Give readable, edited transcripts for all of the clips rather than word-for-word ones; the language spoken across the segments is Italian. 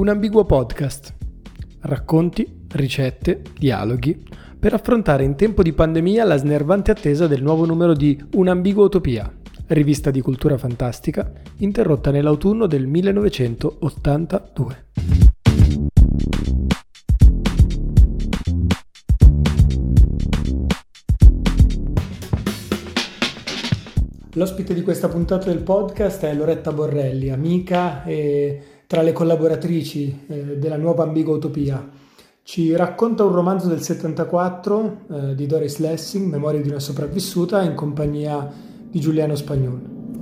Un ambiguo podcast. Racconti, ricette, dialoghi per affrontare in tempo di pandemia la snervante attesa del nuovo numero di Un'ambigua utopia, rivista di cultura fantastica interrotta nell'autunno del 1982. L'ospite di questa puntata del podcast è Loretta Borrelli, amica e tra le collaboratrici della nuova Ambigua Utopia. Ci racconta un romanzo del 74 di Doris Lessing, Memorie di una sopravvissuta, in compagnia di Giuliano Spagnol.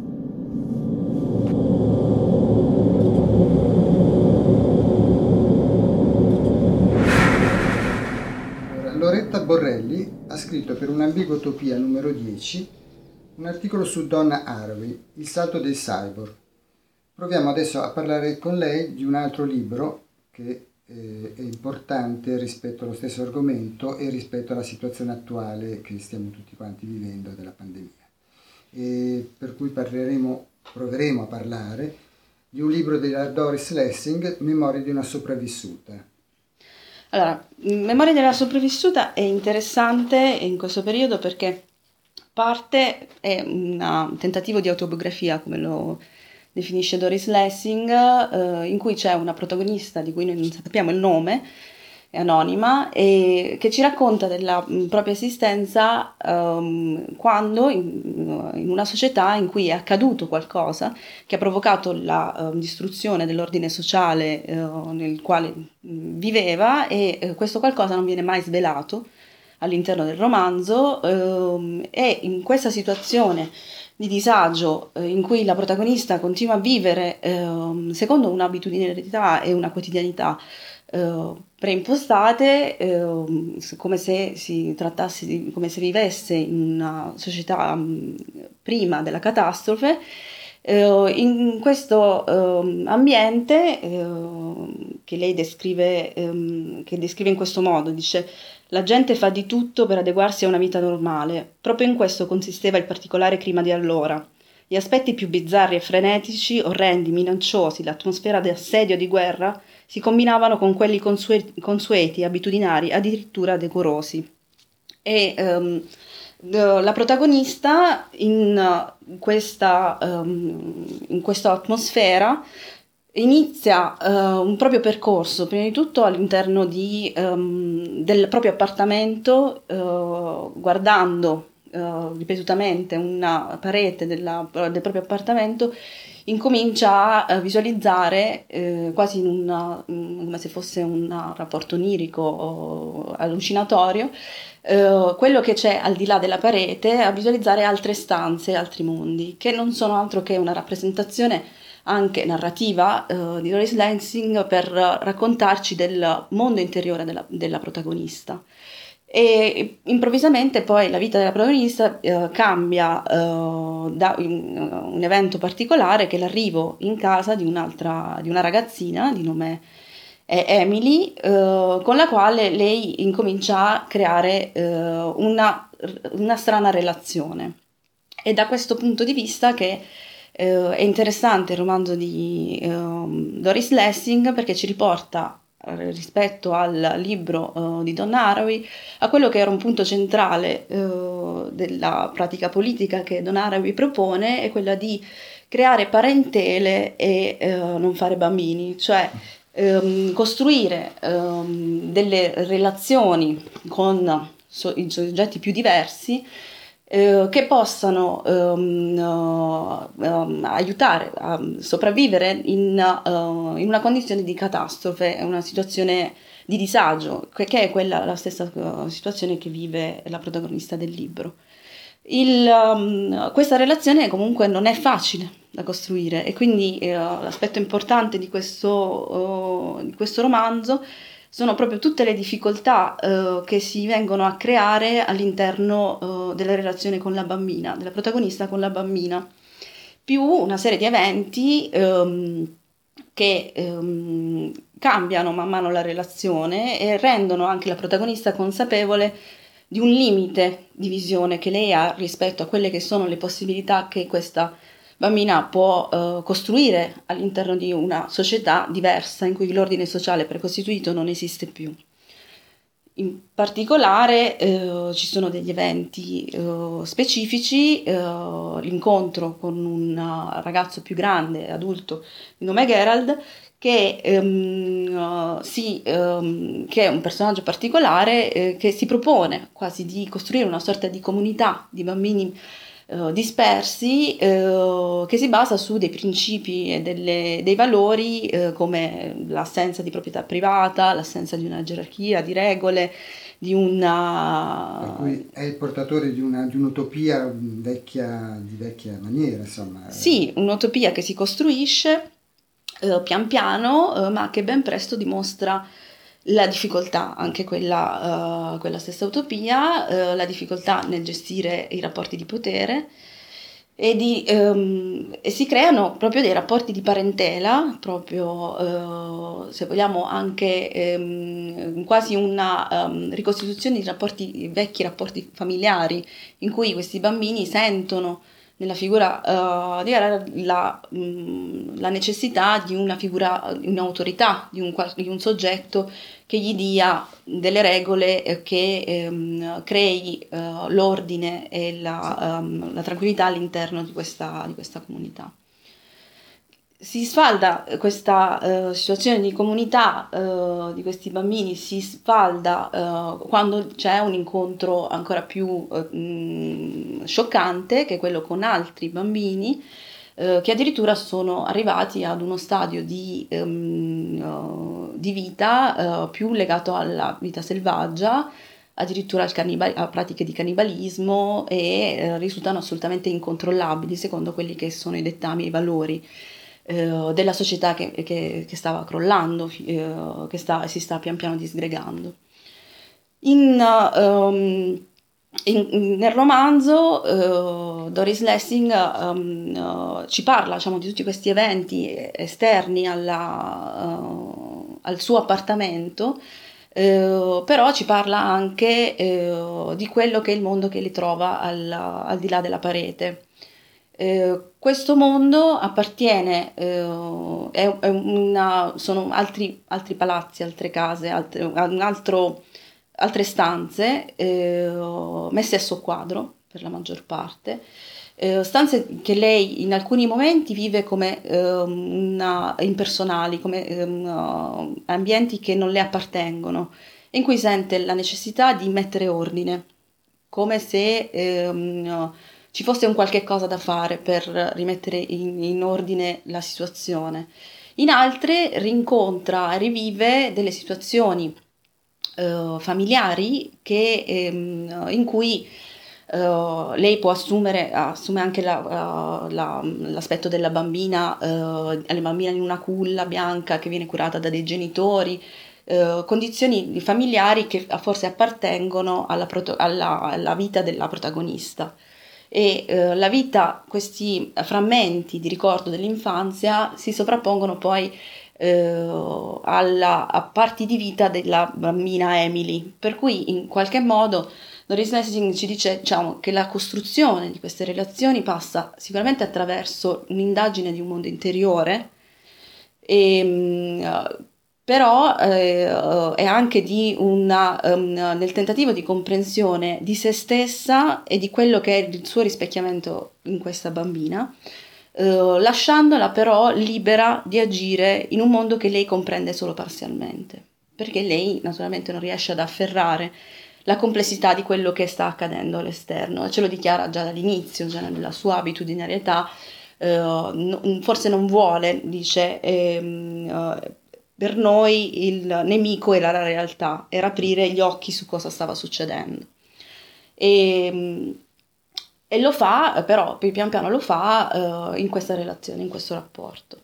Loretta Borrelli ha scritto per Un'ambigua utopia numero 10 un articolo su Donna Haraway, Il salto del cyborg. Proviamo adesso a parlare con lei di un altro libro che è importante rispetto allo stesso argomento e rispetto alla situazione attuale che stiamo tutti quanti vivendo della pandemia. E per cui proveremo a parlare di un libro della Doris Lessing, Memorie di una sopravvissuta. Allora, Memorie della sopravvissuta è interessante in questo periodo perché parte è un tentativo di autobiografia, come lo definisce Doris Lessing, in cui c'è una protagonista di cui noi non sappiamo il nome, è anonima, e che ci racconta della propria esistenza quando in una società in cui è accaduto qualcosa che ha provocato la distruzione dell'ordine sociale nel quale viveva, e questo qualcosa non viene mai svelato all'interno del romanzo, e in questa situazione di disagio in cui la protagonista continua a vivere secondo un'abitudinarietà e una quotidianità preimpostate, come se si trattasse come se vivesse in una società prima della catastrofe. In questo ambiente che lei descrive in questo modo, dice: la gente fa di tutto per adeguarsi a una vita normale. Proprio in questo consisteva il particolare clima di allora. Gli aspetti più bizzarri e frenetici, orrendi, minacciosi, l'atmosfera di assedio e di guerra si combinavano con quelli consueti, abitudinari, addirittura decorosi. E la protagonista in questa atmosfera inizia un proprio percorso, prima di tutto all'interno del proprio appartamento, guardando ripetutamente una parete del proprio appartamento. Incomincia a visualizzare quasi come se fosse un rapporto onirico o allucinatorio, quello che c'è al di là della parete, a visualizzare altre stanze, altri mondi, che non sono altro che una rappresentazione anche narrativa di Doris Lessing per raccontarci del mondo interiore della protagonista. E improvvisamente poi la vita della protagonista cambia da un evento particolare, che è l'arrivo in casa di una ragazzina di nome Emily, con la quale lei incomincia a creare una strana relazione. E da questo punto di vista che è interessante il romanzo di Doris Lessing, perché ci riporta rispetto al libro di Donna Haraway a quello che era un punto centrale della pratica politica che Donna Haraway propone, è quella di creare parentele e non fare bambini, cioè costruire delle relazioni con i soggetti più diversi che possano aiutare a sopravvivere in una condizione di catastrofe, una situazione di disagio, che è la stessa situazione che vive la protagonista del libro. Questa relazione comunque non è facile da costruire, e quindi l'aspetto importante di questo romanzo sono proprio tutte le difficoltà che si vengono a creare all'interno della relazione con la bambina, della protagonista con la bambina, più una serie di eventi che cambiano man mano la relazione e rendono anche la protagonista consapevole di un limite di visione che lei ha rispetto a quelle che sono le possibilità che questa bambina può costruire all'interno di una società diversa in cui l'ordine sociale precostituito non esiste più. In particolare ci sono degli eventi specifici, l'incontro con un ragazzo più grande, adulto, di nome Gerald, che è un personaggio particolare che si propone quasi di costruire una sorta di comunità di bambini dispersi che si basa su dei principi e dei valori come l'assenza di proprietà privata, l'assenza di una gerarchia, di regole, di una... Per cui è il portatore di un'utopia di vecchia maniera, insomma. Sì, un'utopia che si costruisce pian piano, ma che ben presto dimostra la difficoltà, anche quella stessa utopia, la difficoltà nel gestire i rapporti di potere e si creano proprio dei rapporti di parentela, proprio se vogliamo anche quasi una ricostituzione di vecchi rapporti familiari in cui questi bambini sentono nella figura di Gerard la necessità di una figura, un'autorità, di un soggetto che gli dia delle regole che crei l'ordine e la tranquillità all'interno di questa comunità. Si sfalda questa situazione di comunità di questi bambini, si sfalda quando c'è un incontro ancora più scioccante, che è quello con altri bambini che addirittura sono arrivati ad uno stadio di vita più legato alla vita selvaggia, addirittura a pratiche di cannibalismo e risultano assolutamente incontrollabili secondo quelli che sono i dettami e i valori della società che stava crollando, si sta pian piano disgregando. Nel romanzo Doris Lessing ci parla, diciamo, di tutti questi eventi esterni al suo appartamento, però ci parla anche di quello che è il mondo che li trova al di là della parete. Questo mondo appartiene, sono altri palazzi, altre case, altre stanze messe a soqquadro per la maggior parte, stanze che lei in alcuni momenti vive come impersonali, come ambienti che non le appartengono, in cui sente la necessità di mettere ordine, come se ci fosse un qualche cosa da fare per rimettere in ordine la situazione. In altre rincontra e rivive delle situazioni familiari in cui lei può assume anche l'aspetto della bambina, alla bambina in una culla bianca che viene curata da dei genitori, condizioni familiari che forse appartengono alla vita della protagonista. E questi frammenti di ricordo dell'infanzia si sovrappongono poi a parti di vita della bambina Emily, per cui in qualche modo Doris Lessing ci dice, diciamo, che la costruzione di queste relazioni passa sicuramente attraverso un'indagine di un mondo interiore, però è anche nel tentativo di comprensione di se stessa e di quello che è il suo rispecchiamento in questa bambina, lasciandola però libera di agire in un mondo che lei comprende solo parzialmente, perché lei naturalmente non riesce ad afferrare la complessità di quello che sta accadendo all'esterno, ce lo dichiara già dall'inizio, già nella sua abitudinarietà, forse non vuole, dice, per noi il nemico era la realtà, era aprire gli occhi su cosa stava succedendo. E lo fa, però pian piano lo fa in questa relazione, in questo rapporto.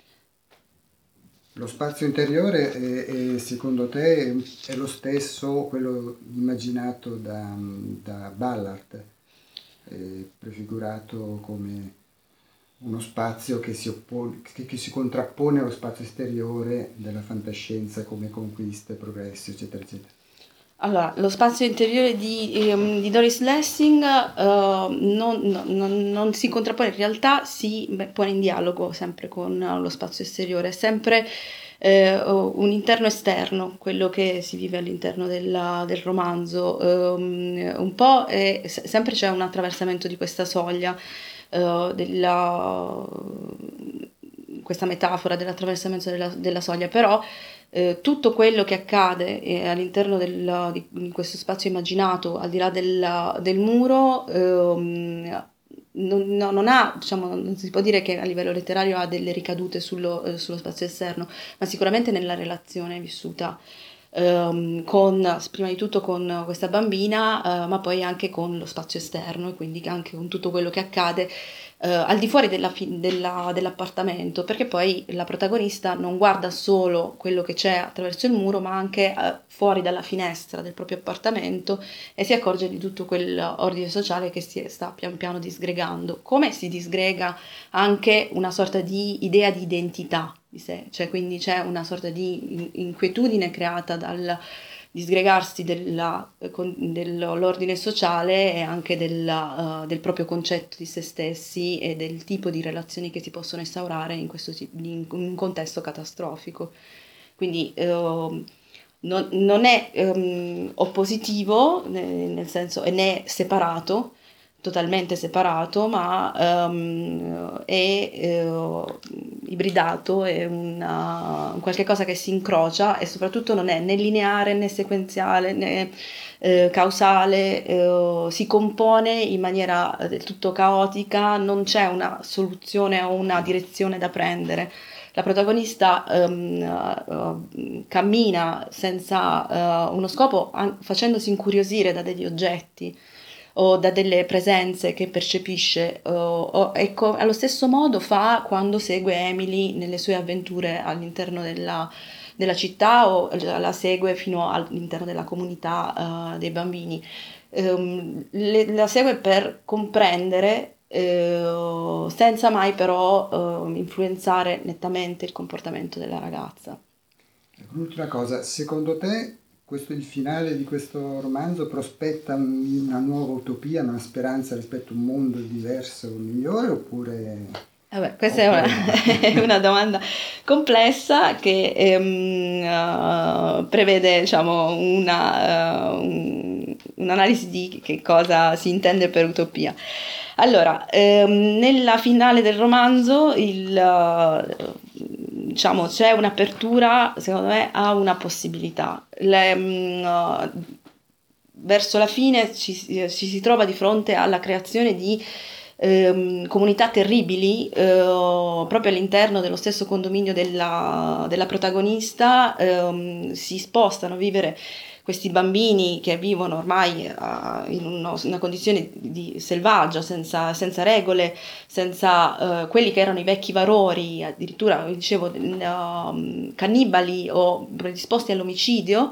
Lo spazio interiore secondo te è lo stesso quello immaginato da Ballard, prefigurato come uno spazio che si contrappone allo spazio esteriore della fantascienza come conquiste, progressi, eccetera, eccetera? Allora, lo spazio interiore di Doris Lessing non si contrappone, in realtà si pone in dialogo sempre con lo spazio esteriore, è sempre un interno esterno, quello che si vive all'interno del romanzo. Un po' sempre c'è un attraversamento di questa soglia, questa metafora dell'attraversamento della soglia, però tutto quello che accade all'interno di questo spazio immaginato, al di là del muro, non ha, diciamo, non si può dire che a livello letterario ha delle ricadute sullo spazio esterno, ma sicuramente nella relazione vissuta prima di tutto con questa bambina, ma poi anche con lo spazio esterno e quindi anche con tutto quello che accade al di fuori dell'appartamento, perché poi la protagonista non guarda solo quello che c'è attraverso il muro, ma anche fuori dalla finestra del proprio appartamento e si accorge di tutto quell'ordine sociale che si sta pian piano disgregando. Come si disgrega anche una sorta di idea di identità di sé, cioè quindi c'è una sorta di inquietudine creata dal disgregarsi dell'ordine sociale e anche del proprio concetto di se stessi e del tipo di relazioni che si possono instaurare in un contesto catastrofico. Quindi non è oppositivo, nel senso, né separato, totalmente separato, ma è ibridato, è un qualche cosa che si incrocia e soprattutto non è né lineare né sequenziale né causale, si compone in maniera del tutto caotica, non c'è una soluzione o una direzione da prendere. La protagonista cammina senza uno scopo, facendosi incuriosire da degli oggetti o da delle presenze che percepisce, allo stesso modo fa quando segue Emily nelle sue avventure all'interno della città o la segue fino all'interno della comunità dei bambini. La segue per comprendere, senza mai però influenzare nettamente il comportamento della ragazza. L'ultima cosa, secondo te il finale di questo romanzo prospetta una nuova utopia, una speranza rispetto a un mondo diverso, migliore, oppure... Questa è una domanda complessa che prevede, diciamo, un'analisi di che cosa si intende per utopia. Allora, nella finale del romanzo diciamo, c'è un'apertura, secondo me, a una possibilità. Verso la fine ci si trova di fronte alla creazione di comunità terribili proprio all'interno dello stesso condominio della protagonista. Si spostano a vivere questi bambini che vivono ormai in una condizione selvaggia, senza regole, senza quelli che erano i vecchi valori, addirittura, dicevo, cannibali o predisposti all'omicidio.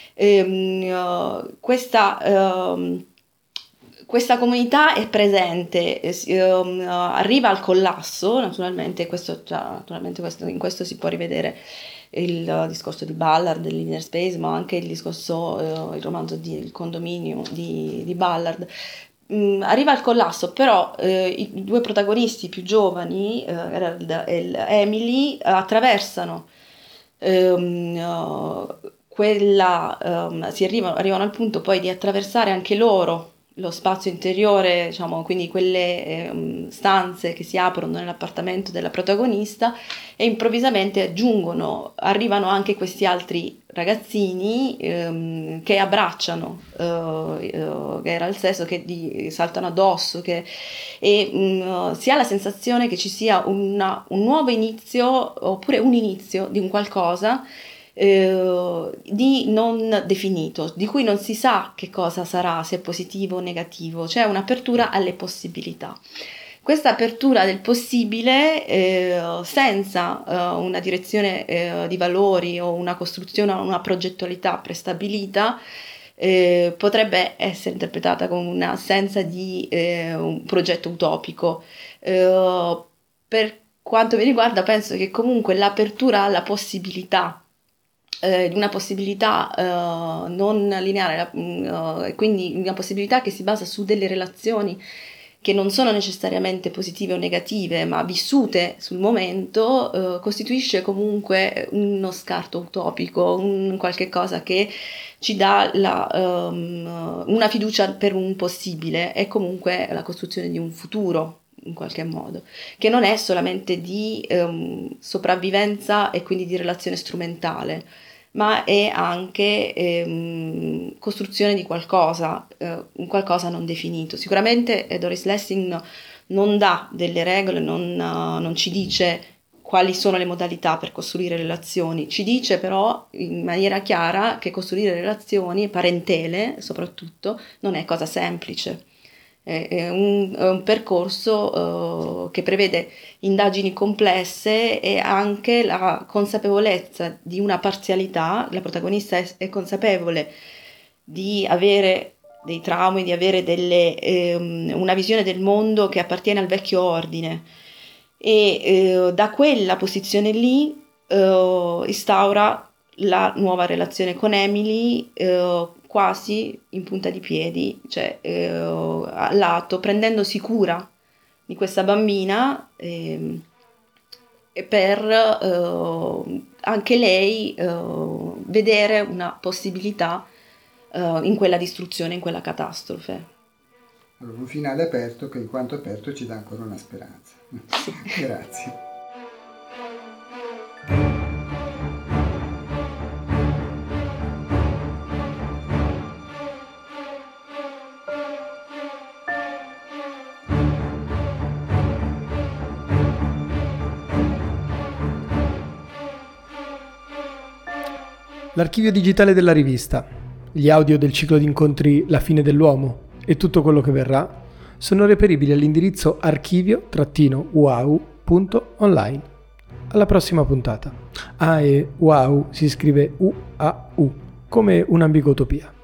Questa comunità è presente, arriva al collasso, naturalmente, in questo si può rivedere il discorso di Ballard, dell'inner space, ma anche il romanzo il condominio di Ballard. Arriva al collasso, però i due protagonisti più giovani, Gerald e Emily, attraversano arrivano al punto poi di attraversare anche loro lo spazio interiore, diciamo, quindi quelle stanze che si aprono nell'appartamento della protagonista, e improvvisamente arrivano anche questi altri ragazzini che abbracciano, che era il sesso, che gli saltano addosso, si ha la sensazione che ci sia un nuovo inizio, oppure un inizio di un qualcosa di non definito, di cui non si sa che cosa sarà, se è positivo o negativo. C'è un'apertura alle possibilità. Questa apertura del possibile, senza una direzione di valori o una costruzione o una progettualità prestabilita, potrebbe essere interpretata come un'assenza di un progetto utopico. Per quanto mi riguarda, penso che comunque l'apertura alla possibilità di una possibilità non lineare, quindi una possibilità che si basa su delle relazioni che non sono necessariamente positive o negative, ma vissute sul momento, costituisce comunque uno scarto utopico, un qualche cosa che ci dà una fiducia per un possibile e comunque la costruzione di un futuro, in qualche modo, che non è solamente di sopravvivenza e quindi di relazione strumentale, ma è anche costruzione di qualcosa, un qualcosa non definito. Sicuramente Doris Lessing non dà delle regole, non ci dice quali sono le modalità per costruire relazioni, ci dice però in maniera chiara che costruire relazioni, parentele soprattutto, non è cosa semplice. È un percorso che prevede indagini complesse e anche la consapevolezza di una parzialità. La protagonista è consapevole di avere dei traumi, di avere una visione del mondo che appartiene al vecchio ordine e da quella posizione lì instaura la nuova relazione con Emily, quasi in punta di piedi, cioè al lato, prendendosi cura di questa bambina e per anche lei vedere una possibilità in quella distruzione, in quella catastrofe. Allora, un finale aperto che in quanto aperto ci dà ancora una speranza. Sì. Grazie. L'archivio digitale della rivista, gli audio del ciclo di incontri La fine dell'uomo e tutto quello che verrà sono reperibili all'indirizzo archivio-wow.online. Alla prossima puntata. E wow si scrive UAU, come un'ambigua utopia.